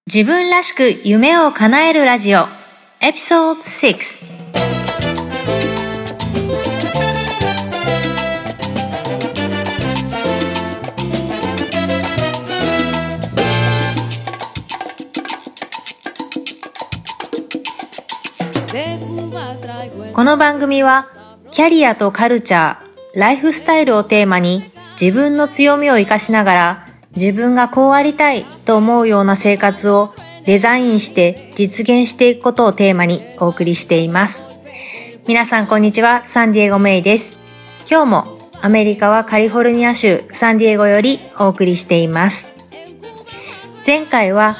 自分らしく夢を叶えるラジオエピソード6。この番組はキャリアとカルチャー、ライフスタイルをテーマに自分の強みを生かしながら自分がこうありたいと思うような生活をデザインして実現していくことをテーマにお送りしています。皆さんこんにちは、サンディエゴメイです。今日もアメリカはカリフォルニア州サンディエゴよりお送りしています。前回は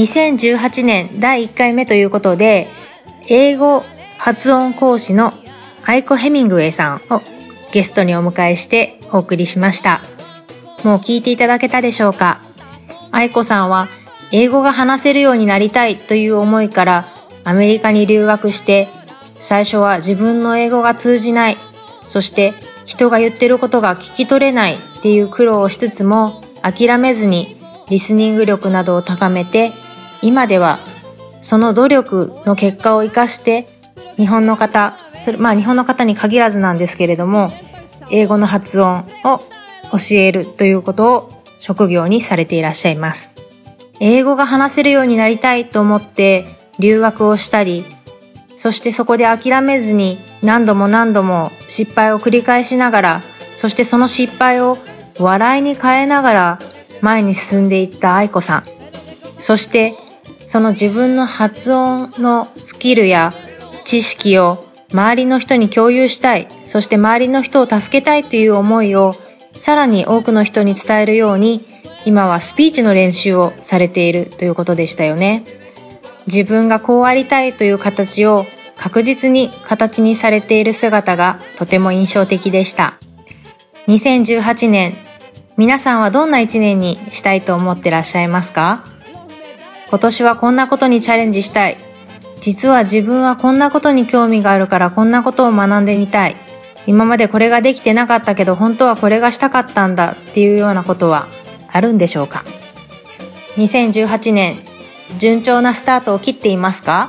2018年第1回目ということで、英語発音講師のアイコ・ヘミングウェイさんをゲストにお迎えしてお送りしました。もう聞いていただけたでしょうか。愛子さんは英語が話せるようになりたいという思いからアメリカに留学して、最初は自分の英語が通じない、そして人が言ってることが聞き取れないっていう苦労をしつつも諦めずにリスニング力などを高めて、今ではその努力の結果を生かして日本の方に限らずなんですけれども、英語の発音を教えるということを職業にされていらっしゃいます。英語が話せるようになりたいと思って留学をしたり、そしてそこで諦めずに何度も失敗を繰り返しながら、そしてその失敗を笑いに変えながら前に進んでいった愛子さん。そしてその自分の発音のスキルや知識を周りの人に共有したい、そして周りの人を助けたいという思いをさらに多くの人に伝えるように、今はスピーチの練習をされているということでしたよね。自分がこうありたいという形を確実に形にされている姿がとても印象的でした。2018年、皆さんはどんな1年にしたいと思ってらっしゃいますか？今年はこんなことにチャレンジしたい。実は自分はこんなことに興味があるからこんなことを学んでみたい。今までこれができてなかったけど本当はこれがしたかったんだっていうようなことはあるんでしょうか。2018年、順調なスタートを切っていますか？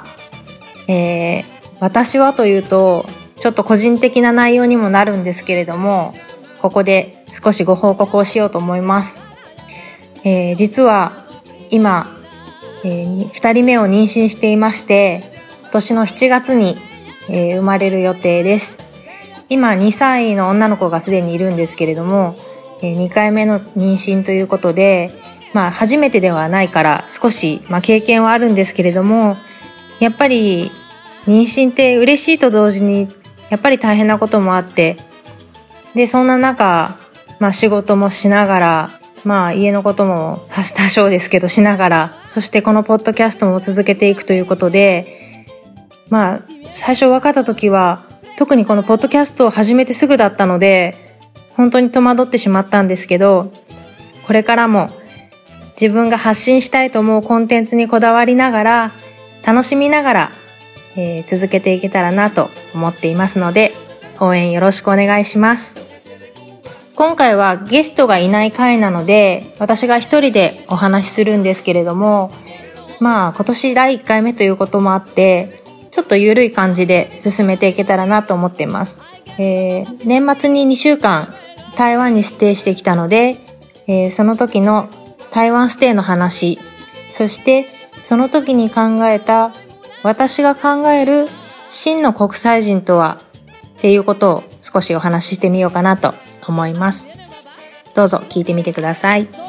私はというとちょっと個人的な内容にもなるんですけれども、ここで少しご報告をしようと思います。実は今、2人目を妊娠していまして、今年の7月に、生まれる予定です。今2歳の女の子がすでにいるんですけれども、2回目の妊娠ということで、初めてではないから少し、経験はあるんですけれども、やっぱり妊娠って嬉しいと同時にやっぱり大変なこともあって、でそんな中、仕事もしながら、家のことも多少ですけどしながら、そしてこのポッドキャストも続けていくということで、最初分かった時は特にこのポッドキャストを始めてすぐだったので本当に戸惑ってしまったんですけど、これからも自分が発信したいと思うコンテンツにこだわりながら、楽しみながら、続けていけたらなと思っていますので、応援よろしくお願いします。今回はゲストがいない回なので私が一人でお話しするんですけれども、今年第1回目ということもあってちょっと緩い感じで進めていけたらなと思っています。年末に2週間台湾にステイしてきたので、その時の台湾ステイの話、そしてその時に考えた私が考える真の国際人とはっていうことを少しお話ししてみようかなと思います。どうぞ聞いてみてください。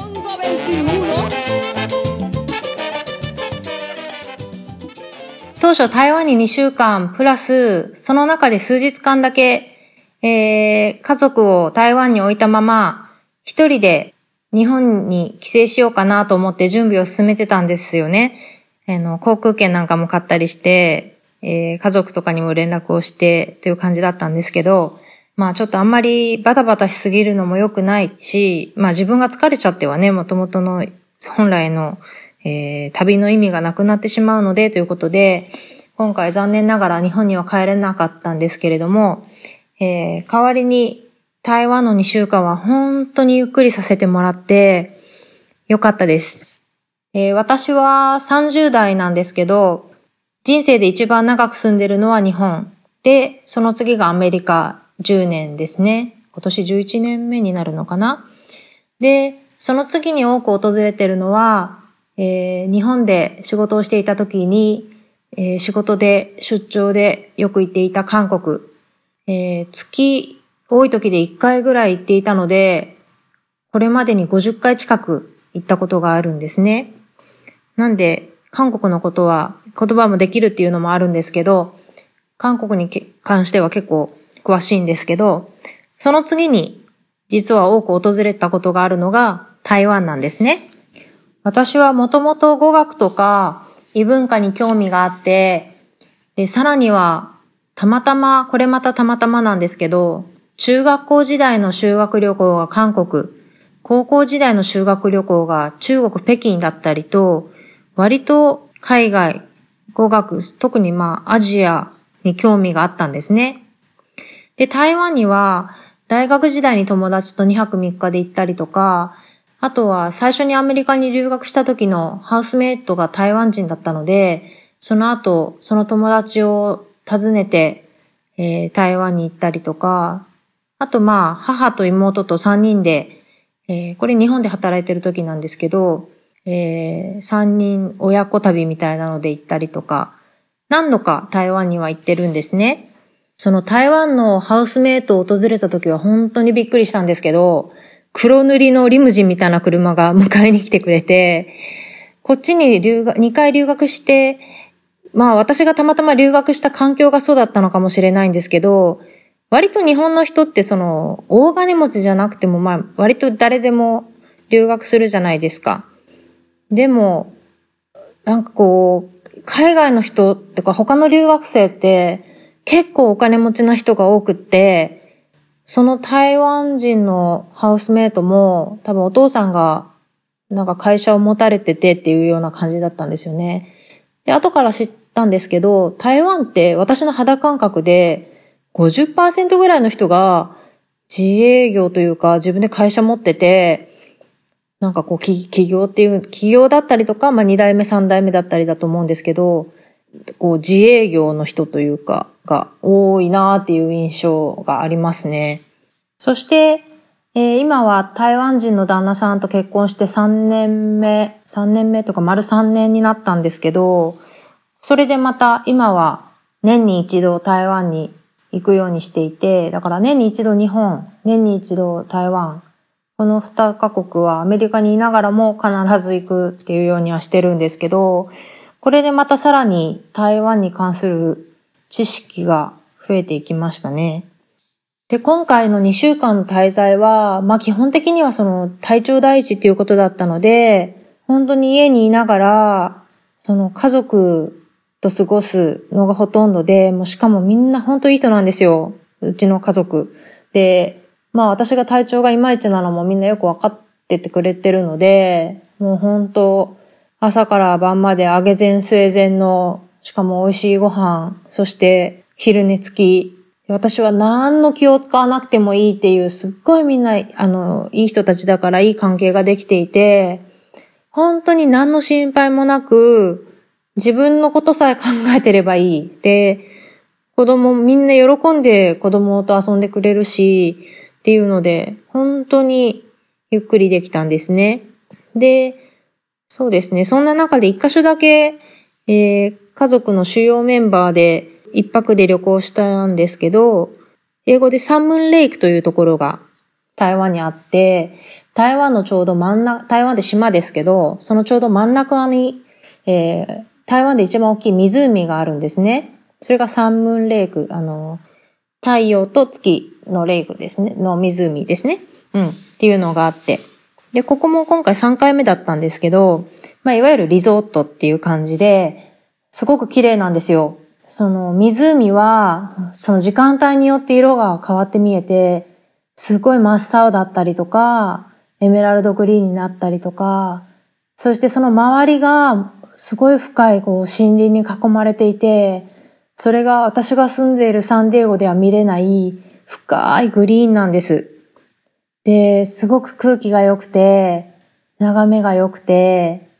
当初台湾に2週間プラスその中で数日間だけ、家族を台湾に置いたまま一人で日本に帰省しようかなと思って準備を進めてたんですよね。航空券なんかも買ったりして、家族とかにも連絡をしてという感じだったんですけど、ちょっとあんまりバタバタしすぎるのも良くないし、自分が疲れちゃってはね、元々の本来の、旅の意味がなくなってしまうのでということで、今回残念ながら日本には帰れなかったんですけれども、代わりに台湾の2週間は本当にゆっくりさせてもらってよかったです。 私は30代なんですけど、人生で一番長く住んでるのは日本。で、その次がアメリカ10年ですね。今年11年目になるのかな。で、その次に多く訪れてるのは、日本で仕事をしていた時に、仕事で出張でよく行っていた韓国、月多い時で1回ぐらい行っていたので、これまでに50回近く行ったことがあるんですね。なんで、韓国のことは言葉もできるっていうのもあるんですけど、韓国に関しては結構詳しいんですけど、その次に実は多く訪れたことがあるのが台湾なんですね。私はもともと語学とか異文化に興味があって、で、さらにはこれまたたまたまなんですけど、中学校時代の修学旅行が韓国、高校時代の修学旅行が中国北京だったりと、割と海外、語学、特にアジアに興味があったんですね。で、台湾には大学時代に友達と2泊3日で行ったりとか、あとは最初にアメリカに留学した時のハウスメイトが台湾人だったので、その後、その友達を訪ねて、台湾に行ったりとか、あと母と妹と3人で、これ日本で働いてる時なんですけど、3人親子旅みたいなので行ったりとか、何度か台湾には行ってるんですね。その台湾のハウスメイトを訪れた時は本当にびっくりしたんですけど、黒塗りのリムジンみたいな車が迎えに来てくれて、こっちに2回留学して、私がたまたま留学した環境がそうだったのかもしれないんですけど、割と日本の人って大金持ちじゃなくても割と誰でも留学するじゃないですか。でも、海外の人ってか他の留学生って結構お金持ちな人が多くって、その台湾人のハウスメイトも多分お父さんが会社を持たれててっていうような感じだったんですよね。で、後から知ったんですけど、台湾って私の肌感覚で 50% ぐらいの人が自営業というか自分で会社持ってて、企業だったりとか、2代目3代目だったりだと思うんですけど、自営業の人というかが多いなっていう印象がありますね。そして、今は台湾人の旦那さんと結婚して3年目とか丸3年になったんですけど、それでまた今は年に一度台湾に行くようにしていて、だから年に一度日本、年に一度台湾、この2カ国はアメリカにいながらも必ず行くっていうようにはしてるんですけど、これでまたさらに台湾に関する知識が増えていきましたね。で、今回の2週間の滞在は、基本的には体調第一っていうことだったので、本当に家にいながら、家族と過ごすのがほとんどで、しかもみんな本当いい人なんですよ。うちの家族。で、私が体調がいまいちなのもみんなよくわかっててくれてるので、もう本当朝から晩まで揚げ膳据え膳の、しかも美味しいご飯、そして昼寝付き、私は何の気を使わなくてもいいっていう、すっごいみんな、いい人たちだからいい関係ができていて、本当に何の心配もなく、自分のことさえ考えてればいい。で、みんな喜んで子供と遊んでくれるし、っていうので、本当にゆっくりできたんですね。で、そうですね。そんな中で一箇所だけ、家族の主要メンバーで一泊で旅行したんですけど、英語でサンムンレイクというところが台湾にあって、台湾のちょうど台湾で島ですけど、そのちょうど真ん中に、台湾で一番大きい湖があるんですね。それがサンムンレイク、太陽と月のレイクですね、の湖ですね。っていうのがあって。で、ここも今回3回目だったんですけど、いわゆるリゾートっていう感じで、すごく綺麗なんですよ。湖は、時間帯によって色が変わって見えて、すごい真っ青だったりとか、エメラルドグリーンになったりとか、そしてその周りがすごい深い森林に囲まれていて、それが私が住んでいるサンディエゴでは見れない深いグリーンなんです。で、すごく空気が良くて、眺めが良くて、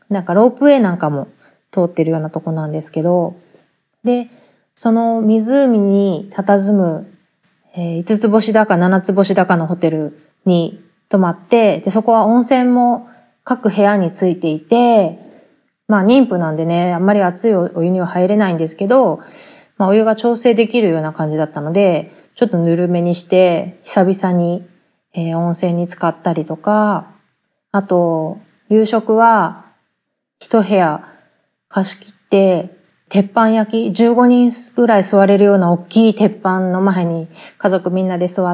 なんかロープウェイなんかも通ってるようなとこなんですけど、で、その湖に佇む、5つ星だか7つ星だかのホテルに泊まって、で、そこは温泉も各部屋についていて、妊婦なんでね、あんまり熱いお湯には入れないんですけど、お湯が調整できるような感じだったので、ちょっとぬるめにして、久々に、温泉に浸かったりとか、あと、夕食は一部屋貸し切って、鉄板焼き、15人ぐらい座れるような大きい鉄板の前に家族みんなで座って、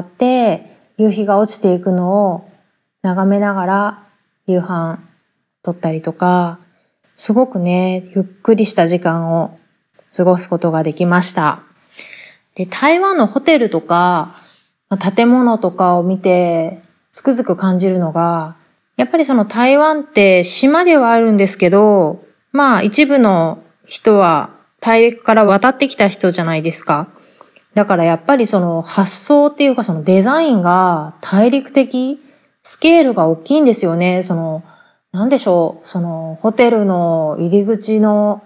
夕日が落ちていくのを眺めながら夕飯取ったりとか、すごくね、ゆっくりした時間を過ごすことができました。で、台湾のホテルとか、建物とかを見て、つくづく感じるのが、やっぱりその台湾って島ではあるんですけど、一部の人は大陸から渡ってきた人じゃないですか。だからやっぱりその発想っていうかそのデザインが大陸的、スケールが大きいんですよね。なんでしょう、ホテルの入り口の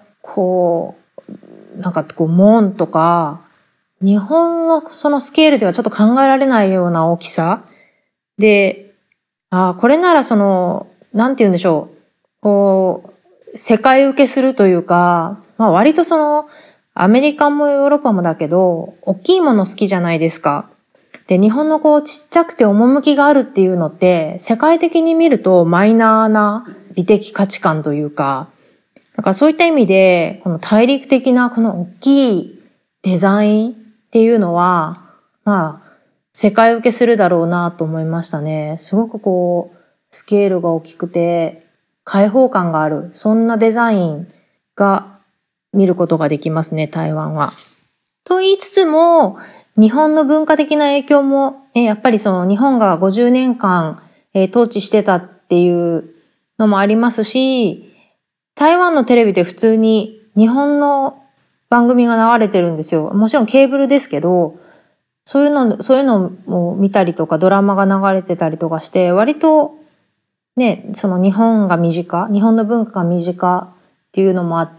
門とか、日本のそのスケールではちょっと考えられないような大きさで、これならなんて言うんでしょう、世界受けするというか、割とアメリカもヨーロッパもだけど、大きいもの好きじゃないですか。で、日本のちっちゃくて趣があるっていうのって、世界的に見るとマイナーな美的価値観というか、だからそういった意味で、この大陸的なこの大きいデザインっていうのは、世界受けするだろうなと思いましたね。すごくスケールが大きくて、開放感がある。そんなデザインが見ることができますね、台湾は。と言いつつも、日本の文化的な影響も、やっぱり日本が50年間、統治してたっていうのもありますし、台湾のテレビで普通に日本の番組が流れてるんですよ。もちろんケーブルですけど、そういうのも見たりとかドラマが流れてたりとかして、割とね、日本の文化が身近っていうのもあって、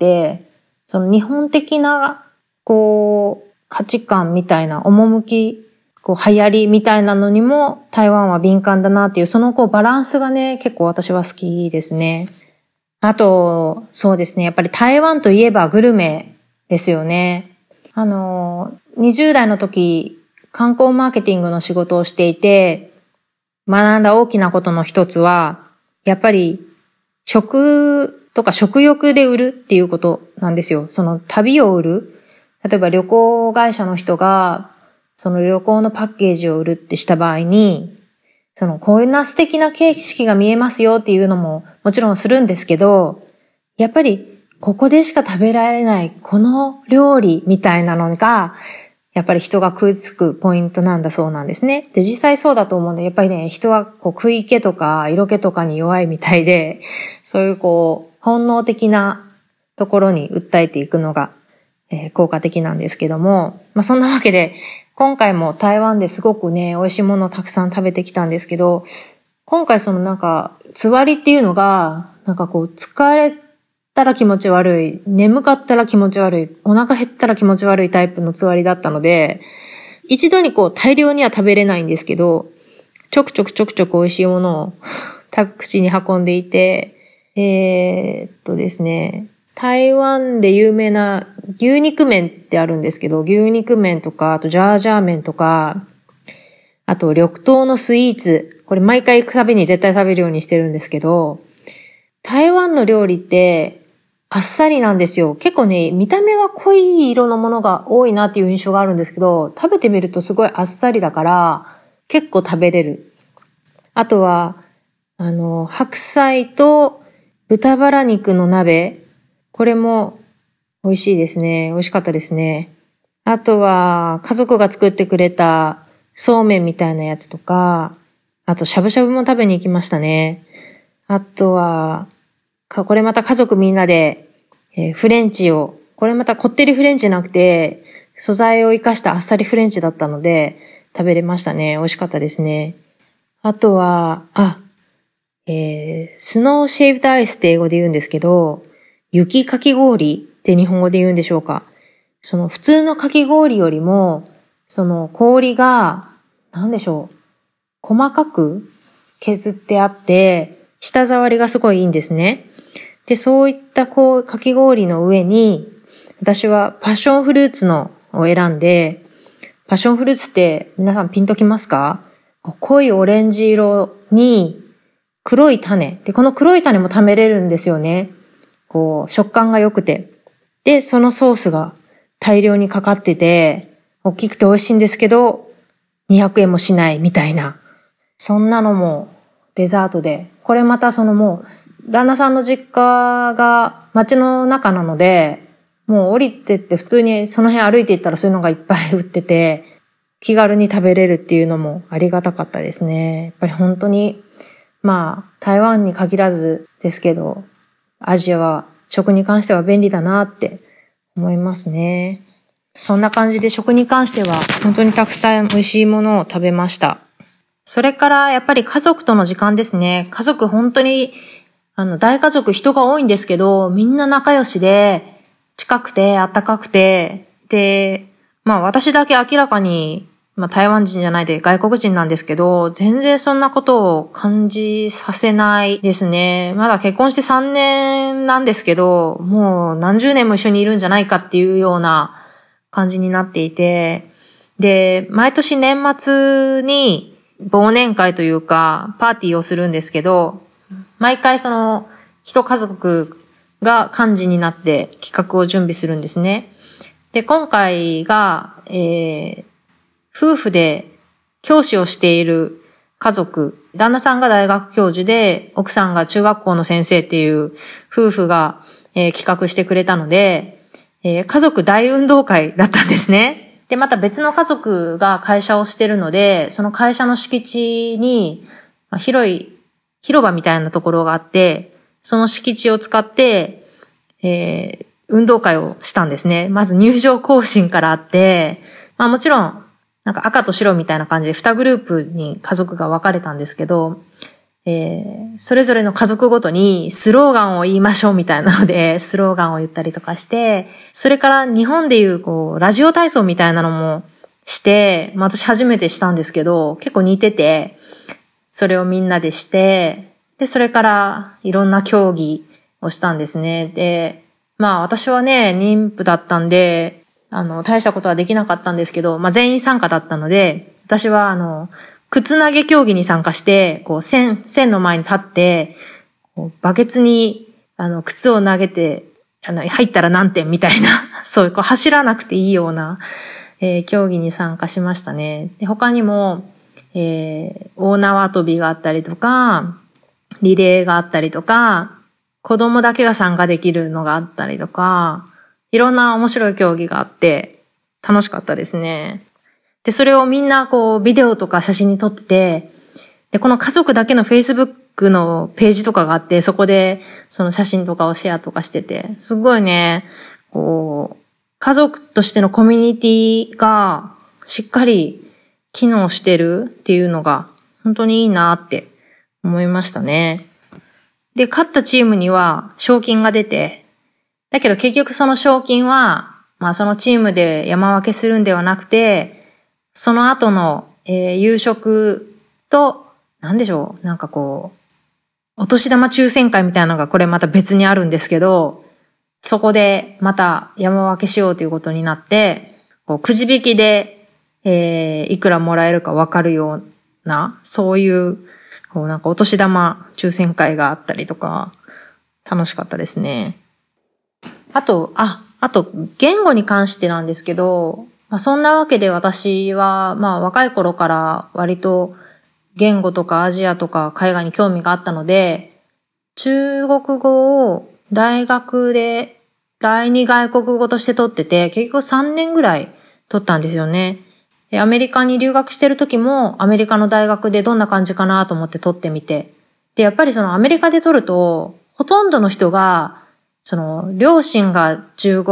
日本的な、価値観みたいな、趣、流行りみたいなのにも台湾は敏感だなっていう、バランスがね、結構私は好きですね。あと、そうですね、やっぱり台湾といえばグルメですよね。20代の時、観光マーケティングの仕事をしていて、学んだ大きなことの一つは、やっぱり食とか食欲で売るっていうことなんですよ。旅を売る。例えば旅行会社の人が、旅行のパッケージを売るってした場合に、こんな素敵な景色が見えますよっていうのももちろんするんですけど、やっぱりここでしか食べられないこの料理みたいなのが、やっぱり人が食いつくポイントなんだそうなんですね。で、実際そうだと思うんで、やっぱりね、人は食い気とか色気とかに弱いみたいで、そういう本能的なところに訴えていくのが、効果的なんですけども、そんなわけで、今回も台湾ですごくね、美味しいものをたくさん食べてきたんですけど、今回つわりっていうのが、疲れたら気持ち悪い、眠かったら気持ち悪い、お腹減ったら気持ち悪いタイプのつわりだったので、一度に大量には食べれないんですけど、ちょくちょく美味しいものを口に運んでいて、ですね、台湾で有名な牛肉麺ってあるんですけど、牛肉麺とか、あとジャージャー麺とか、あと緑豆のスイーツ。これ毎回行くたびに絶対食べるようにしてるんですけど、台湾の料理ってあっさりなんですよ。結構ね、見た目は濃い色のものが多いなっていう印象があるんですけど、食べてみるとすごいあっさりだから、結構食べれる。あとは、白菜と豚バラ肉の鍋。これも美味しいですね。美味しかったですね。あとは、家族が作ってくれたそうめんみたいなやつとか、あとしゃぶしゃぶも食べに行きましたね。あとは、これまた家族みんなで、フレンチを、これまたこってりフレンチじゃなくて、素材を生かしたあっさりフレンチだったので、食べれましたね。美味しかったですね。あとは、 スノーシェイブドアイスって英語で言うんですけど、雪かき氷って日本語で言うんでしょうか。その普通のかき氷よりも、その氷が、なんでしょう、細かく削ってあって、舌触りがすごいいいんですね。で、そういったかき氷の上に、私はパッションフルーツのを選んで、パッションフルーツって皆さんピンときますか？濃いオレンジ色に黒い種。で、この黒い種も食べれるんですよね。食感が良くて。で、そのソースが大量にかかってて、大きくて美味しいんですけど、200円もしないみたいな。そんなのもデザートで。これまたもう、旦那さんの実家が街の中なので、もう降りてって普通にその辺歩いていったらそういうのがいっぱい売ってて、気軽に食べれるっていうのもありがたかったですね。やっぱり本当に、台湾に限らずですけど、アジアは食に関しては便利だなって思いますね。そんな感じで食に関しては本当にたくさん美味しいものを食べました。それからやっぱり家族との時間ですね。家族本当に大家族人が多いんですけど、みんな仲良しで近くて暖かくて、で、私だけ明らかに台湾人じゃないで外国人なんですけど、全然そんなことを感じさせないですね。まだ結婚して3年なんですけど、もう何十年も一緒にいるんじゃないかっていうような感じになっていて、で、毎年年末に忘年会というかパーティーをするんですけど、毎回一家族が幹事になって企画を準備するんですね。で、今回が、夫婦で教師をしている家族、旦那さんが大学教授で、奥さんが中学校の先生っていう夫婦が、企画してくれたので、家族大運動会だったんですね。で、また別の家族が会社をしてるので、その会社の敷地に、広い広場みたいなところがあって、その敷地を使って、運動会をしたんですね。まず入場行進からあって、もちろん、赤と白みたいな感じで2グループに家族が分かれたんですけど、それぞれの家族ごとにスローガンを言いましょうみたいなので、スローガンを言ったりとかして、それから日本でいうラジオ体操みたいなのもして、私初めてしたんですけど、結構似てて、それをみんなでして、で、それからいろんな競技をしたんですね。で、私はね、妊婦だったんで、大したことはできなかったんですけど、全員参加だったので、私は靴投げ競技に参加して、線の前に立って、バケツに、靴を投げて、入ったら何点みたいな、そういう走らなくていいような、競技に参加しましたね。で、他にも、大縄跳びがあったりとか、リレーがあったりとか、子供だけが参加できるのがあったりとか、いろんな面白い競技があって楽しかったですね。で、それをみんなビデオとか写真に撮ってて、で、この家族だけの Facebook のページとかがあって、そこでその写真とかをシェアとかしてて、すごいね、家族としてのコミュニティがしっかり機能してるっていうのが本当にいいなって思いましたね。で、勝ったチームには賞金が出て、だけど結局その賞金は、そのチームで山分けするんではなくて、その後の、夕食と、なんでしょう、お年玉抽選会みたいなのがこれまた別にあるんですけど、そこでまた山分けしようということになって、くじ引きで、いくらもらえるか分かるような、そういう、お年玉抽選会があったりとか、楽しかったですね。あと、言語に関してなんですけど、そんなわけで私は、若い頃から割と言語とかアジアとか海外に興味があったので、中国語を大学で第二外国語として取ってて、結局3年ぐらい取ったんですよね。で、アメリカに留学してる時もアメリカの大学でどんな感じかなと思って取ってみて。で、やっぱりアメリカで取ると、ほとんどの人が両親が中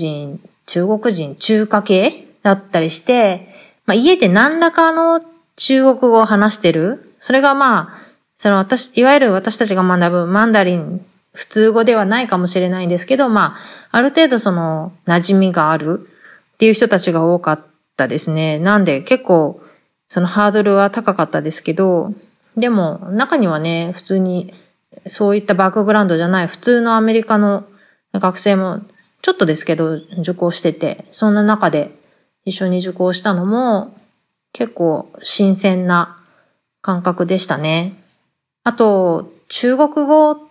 華系だったりして、家で何らかの中国語を話してる。それがいわゆる私たちが学ぶマンダリン、普通語ではないかもしれないんですけど、ある程度馴染みがあるっていう人たちが多かったですね。なんで結構、ハードルは高かったですけど、でも中にはね、普通にそういったバックグラウンドじゃない普通のアメリカの学生もちょっとですけど受講してて、そんな中で一緒に受講したのも結構新鮮な感覚でしたね。あと、中国語って、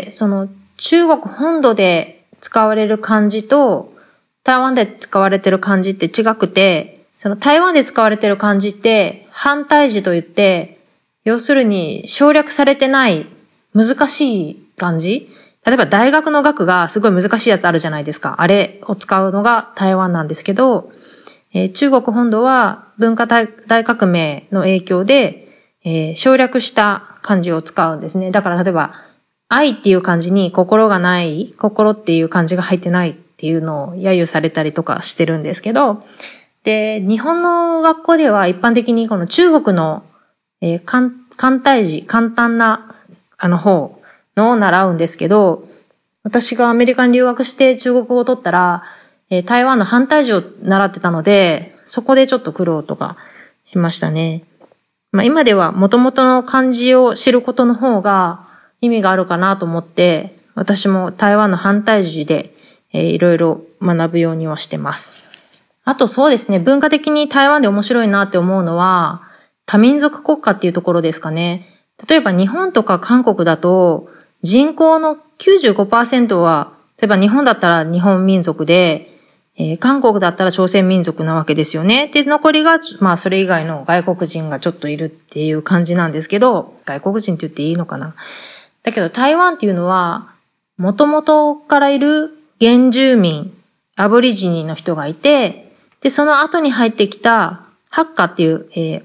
中国本土で使われる漢字と台湾で使われてる漢字って違くて、台湾で使われてる漢字って反対字といって、要するに省略されてない難しい漢字。例えば大学の学がすごい難しいやつあるじゃないですか。あれを使うのが台湾なんですけど、中国本土は文化大革命の影響で、省略した漢字を使うんですね。だから例えば愛っていう漢字に心がない、心っていう漢字が入ってないっていうのを揶揄されたりとかしてるんですけど、で、日本の学校では一般的にこの中国の、簡体字、簡単な方のを習うんですけど、私がアメリカに留学して中国語を取ったら、台湾の反対字を習ってたので、そこでちょっと苦労とかしましたね。今では元々の漢字を知ることの方が意味があるかなと思って、私も台湾の反対字で、いろいろ学ぶようにはしてます。あとそうですね、文化的に台湾で面白いなって思うのは、多民族国家っていうところですかね。例えば日本とか韓国だと、人口の 95% は、例えば日本だったら日本民族で、韓国だったら朝鮮民族なわけですよね。で、残りが、それ以外の外国人がちょっといるっていう感じなんですけど、外国人って言っていいのかな。だけど台湾っていうのは、元々からいる原住民、アボリジニの人がいて、で、その後に入ってきたハッカっていう、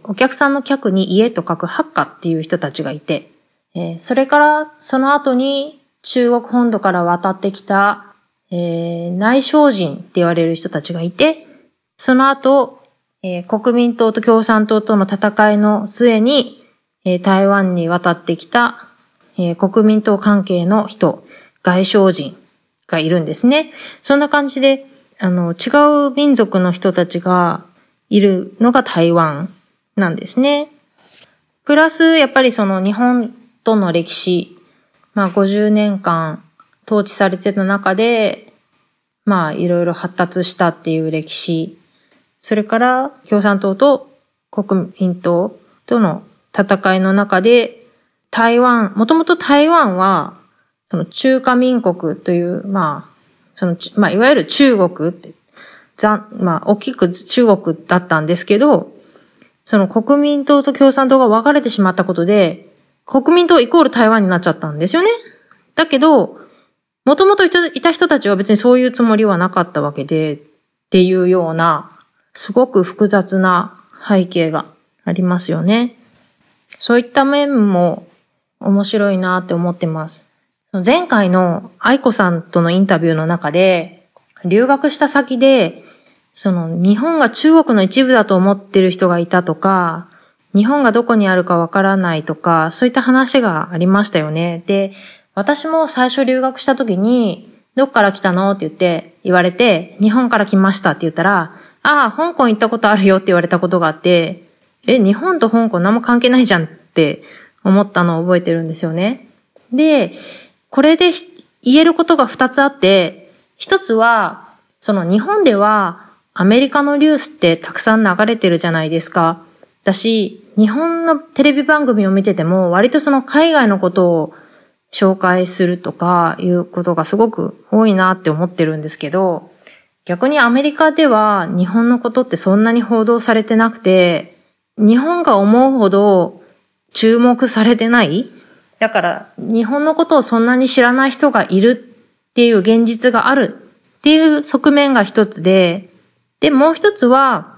お客さんの客に家と書くハッカっていう人たちがいて、それからその後に中国本土から渡ってきた、内省人って言われる人たちがいて、その後、国民党と共産党との戦いの末に、台湾に渡ってきた、国民党関係の人、外省人がいるんですね。そんな感じで、違う民族の人たちがいるのが台湾なんですね。プラス、やっぱり日本との歴史、50年間統治されてた中で、いろいろ発達したっていう歴史、それから共産党と国民党との戦いの中で、もともと台湾は、中華民国という、いわゆる中国って、大きく中国だったんですけど、国民党と共産党が分かれてしまったことで、国民党イコール台湾になっちゃったんですよね。だけど、もともといた人たちは別にそういうつもりはなかったわけで、っていうような、すごく複雑な背景がありますよね。そういった面も面白いなって思ってます。前回の愛子さんとのインタビューの中で、留学した先で、日本が中国の一部だと思ってる人がいたとか、日本がどこにあるかわからないとか、そういった話がありましたよね。で、私も最初留学した時に、どっから来たのって言われて、日本から来ましたって言ったら、香港行ったことあるよって言われたことがあって、日本と香港何も関係ないじゃんって思ったのを覚えてるんですよね。で、これで言えることが2つあって、一つは、日本ではアメリカのニュースってたくさん流れてるじゃないですか。私、日本のテレビ番組を見てても、割と海外のことを紹介するとかいうことがすごく多いなって思ってるんですけど、逆にアメリカでは日本のことってそんなに報道されてなくて、日本が思うほど注目されてない。だから日本のことをそんなに知らない人がいるっていう現実があるっていう側面が一つで、で、もう一つは、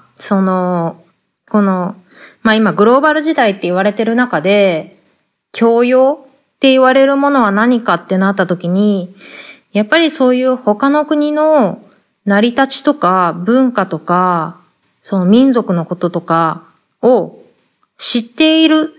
今グローバル時代って言われてる中で、教養って言われるものは何かってなった時に、やっぱりそういう他の国の成り立ちとか文化とか、民族のこととかを知っているっ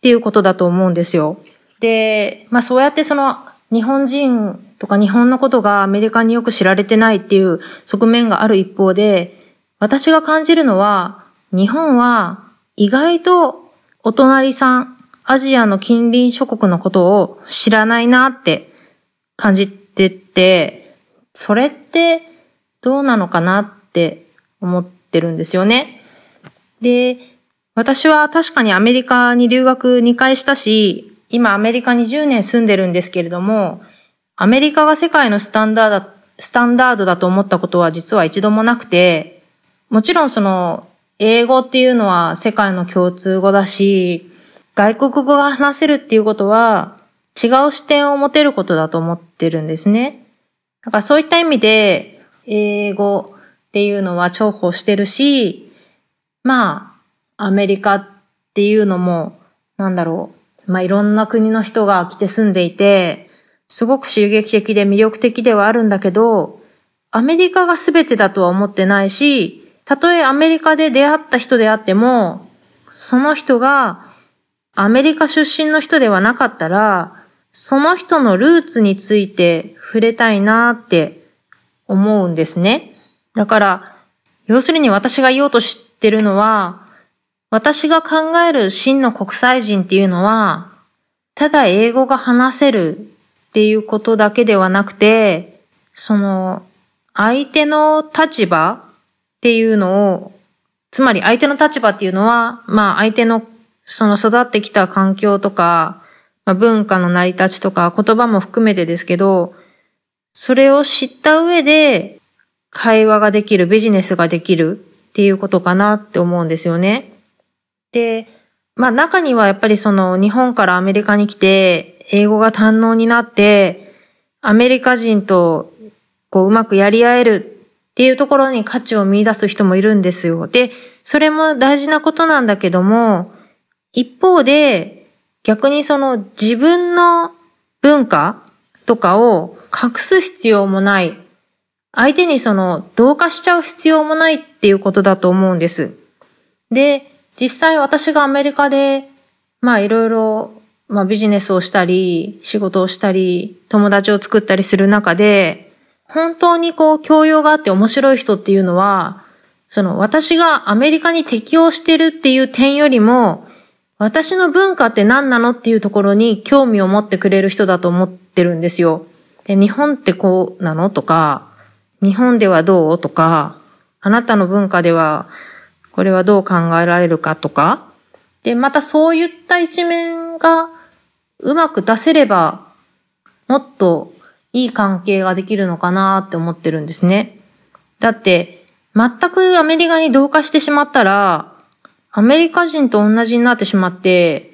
っていうことだと思うんですよ。で、そうやって日本人とか日本のことがアメリカによく知られてないっていう側面がある一方で、私が感じるのは、日本は意外とお隣さん、アジアの近隣諸国のことを知らないなって感じてて、それってどうなのかなって思ってるんですよね。で、私は確かにアメリカに留学2回したし、今アメリカに10年住んでるんですけれども、アメリカが世界のスタンダードだと思ったことは実は一度もなくて、もちろん英語っていうのは世界の共通語だし、外国語が話せるっていうことは違う視点を持てることだと思ってるんですね。だからそういった意味で英語っていうのは重宝してるし、アメリカっていうのもいろんな国の人が来て住んでいて、すごく刺激的で魅力的ではあるんだけど、アメリカが全てだとは思ってないし、たとえアメリカで出会った人であっても、その人がアメリカ出身の人ではなかったら、その人のルーツについて触れたいなって思うんですね。だから、要するに私が言おうとしてるのは、私が考える真の国際人っていうのは、ただ英語が話せるっていうことだけではなくて、相手の立場っていうのを、つまり相手の立場っていうのは、相手の育ってきた環境とか、文化の成り立ちとか言葉も含めてですけど、それを知った上で会話ができる、ビジネスができるっていうことかなって思うんですよね。で、中にはやっぱり日本からアメリカに来て英語が堪能になってアメリカ人とうまくやり合えるっていうところに価値を見出す人もいるんですよ。で、それも大事なことなんだけども、一方で逆に自分の文化とかを隠す必要もない。相手に同化しちゃう必要もないっていうことだと思うんです。で、実際私がアメリカで、いろいろ、ビジネスをしたり、仕事をしたり、友達を作ったりする中で、本当に教養があって面白い人っていうのは、私がアメリカに適応してるっていう点よりも、私の文化って何なのっていうところに興味を持ってくれる人だと思ってるんですよ。で、日本ってこうなのとか、日本ではどうとか、あなたの文化ではこれはどう考えられるかとか。で、またそういった一面がうまく出せれば、もっといい関係ができるのかなって思ってるんですね。だって、全くアメリカに同化してしまったら、アメリカ人と同じになってしまって、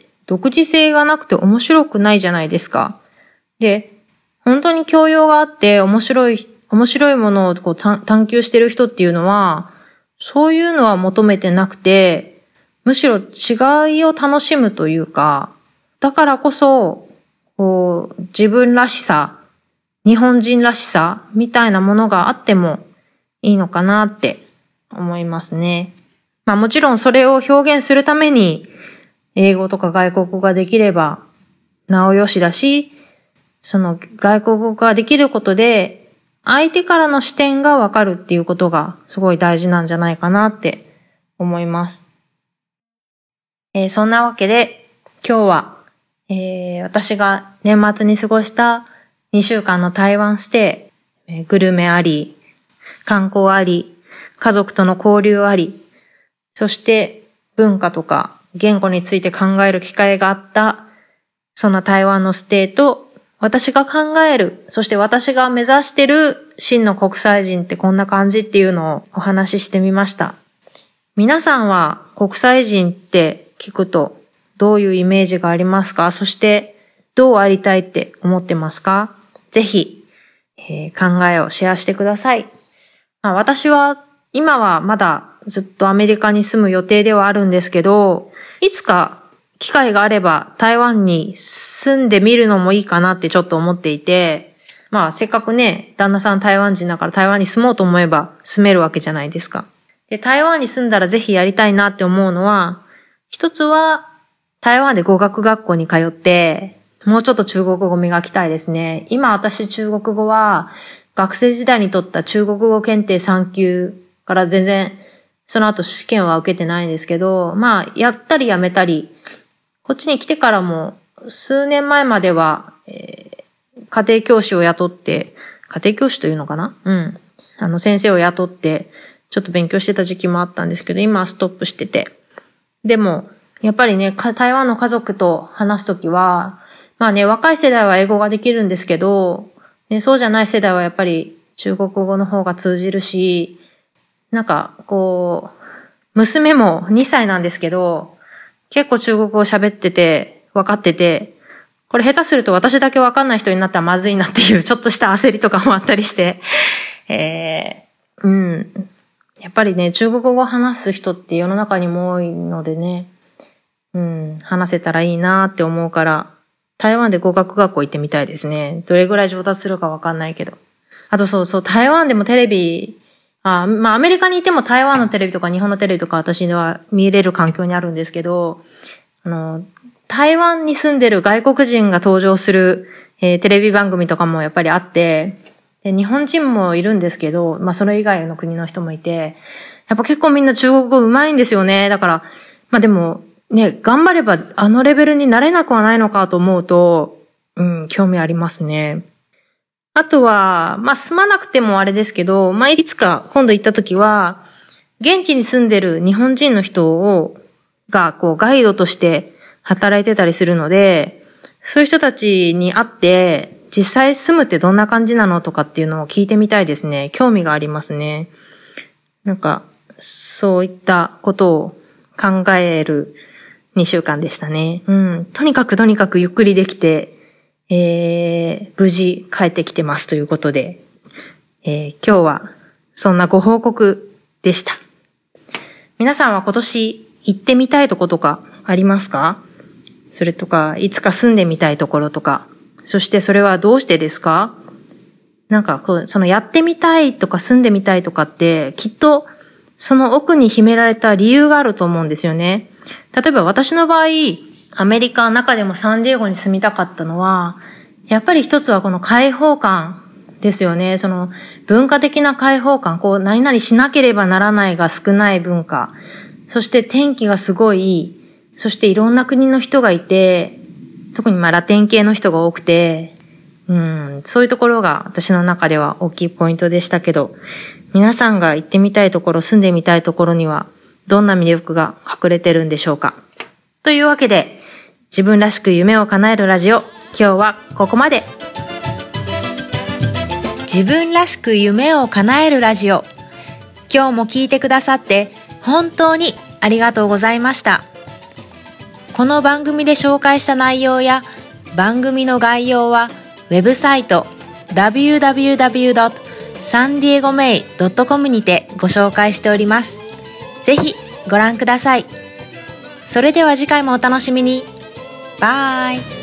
独自性がなくて面白くないじゃないですか。で、本当に教養があって面白いものを探求してる人っていうのは、そういうのは求めてなくて、むしろ違いを楽しむというか、だからこそ、自分らしさ、日本人らしさみたいなものがあってもいいのかなって思いますね。もちろんそれを表現するために英語とか外国語ができればなおよしだし、外国語ができることで相手からの視点がわかるっていうことがすごい大事なんじゃないかなって思います。そんなわけで今日は、私が年末に過ごした2週間の台湾ステイ、グルメあり、観光あり、家族との交流あり、そして文化とか言語について考える機会があった、そんな台湾のステイと、私が考える、そして私が目指してる真の国際人ってこんな感じっていうのをお話ししてみました。皆さんは国際人って聞くとどういうイメージがありますか？そしてどうありたいって思ってますか？ぜひ、考えをシェアしてください。私は今はまだずっとアメリカに住む予定ではあるんですけど、いつか機会があれば台湾に住んでみるのもいいかなってちょっと思っていて、せっかくね、旦那さん台湾人だから台湾に住もうと思えば住めるわけじゃないですか。で、台湾に住んだらぜひやりたいなって思うのは、一つは台湾で語学学校に通って、もうちょっと中国語磨きたいですね。今私中国語は学生時代に取った中国語検定3級から全然その後試験は受けてないんですけど、まあやったりやめたり、こっちに来てからも数年前までは、家庭教師を雇って、家庭教師というのかな？先生を雇って、ちょっと勉強してた時期もあったんですけど、今はストップしてて。でも、やっぱりね、台湾の家族と話すときは、まあね、若い世代は英語ができるんですけど、ね、そうじゃない世代はやっぱり中国語の方が通じるし、なんか、娘も2歳なんですけど、結構中国語を喋ってて、分かってて、これ下手すると私だけ分かんない人になったらまずいなっていうちょっとした焦りとかもあったりして、やっぱりね、中国語を話す人って世の中にも多いのでね、話せたらいいなって思うから、台湾で語学学校行ってみたいですね。どれぐらい上達するか分かんないけど。あとそう、台湾でもテレビ、アメリカにいても台湾のテレビとか日本のテレビとか私は見れる環境にあるんですけど、台湾に住んでる外国人が登場する、テレビ番組とかもやっぱりあって、で日本人もいるんですけど、それ以外の国の人もいて、やっぱ結構みんな中国語上手いんですよね。だから、でもね、頑張ればあのレベルになれなくはないのかと思うと、興味ありますね。あとは、住まなくてもあれですけど、いつか今度行った時は、現地に住んでる日本人の人がガイドとして働いてたりするので、そういう人たちに会って、実際住むってどんな感じなのとかっていうのを聞いてみたいですね。興味がありますね。なんか、そういったことを考える2週間でしたね。とにかくゆっくりできて、無事帰ってきてますということで、今日はそんなご報告でした。皆さんは今年行ってみたいとことかありますか？それとか、いつか住んでみたいところとか、そしてそれはどうしてですか？なんかそのやってみたいとか住んでみたいとかって、きっとその奥に秘められた理由があると思うんですよね。例えば私の場合、アメリカの中でもサンディエゴに住みたかったのは、やっぱり一つはこの開放感ですよね。その文化的な開放感、何々しなければならないが少ない文化。そして天気がすごいいい。そしていろんな国の人がいて、特にラテン系の人が多くて、そういうところが私の中では大きいポイントでしたけど、皆さんが行ってみたいところ、住んでみたいところには、どんな魅力が隠れてるんでしょうか。というわけで、自分らしく夢を叶えるラジオ、今日はここまで。自分らしく夢を叶えるラジオ、今日も聞いてくださって本当にありがとうございました。この番組で紹介した内容や番組の概要はウェブサイト www.sandiegomei.com にてご紹介しております。ぜひご覧ください。それでは次回もお楽しみに。バイ。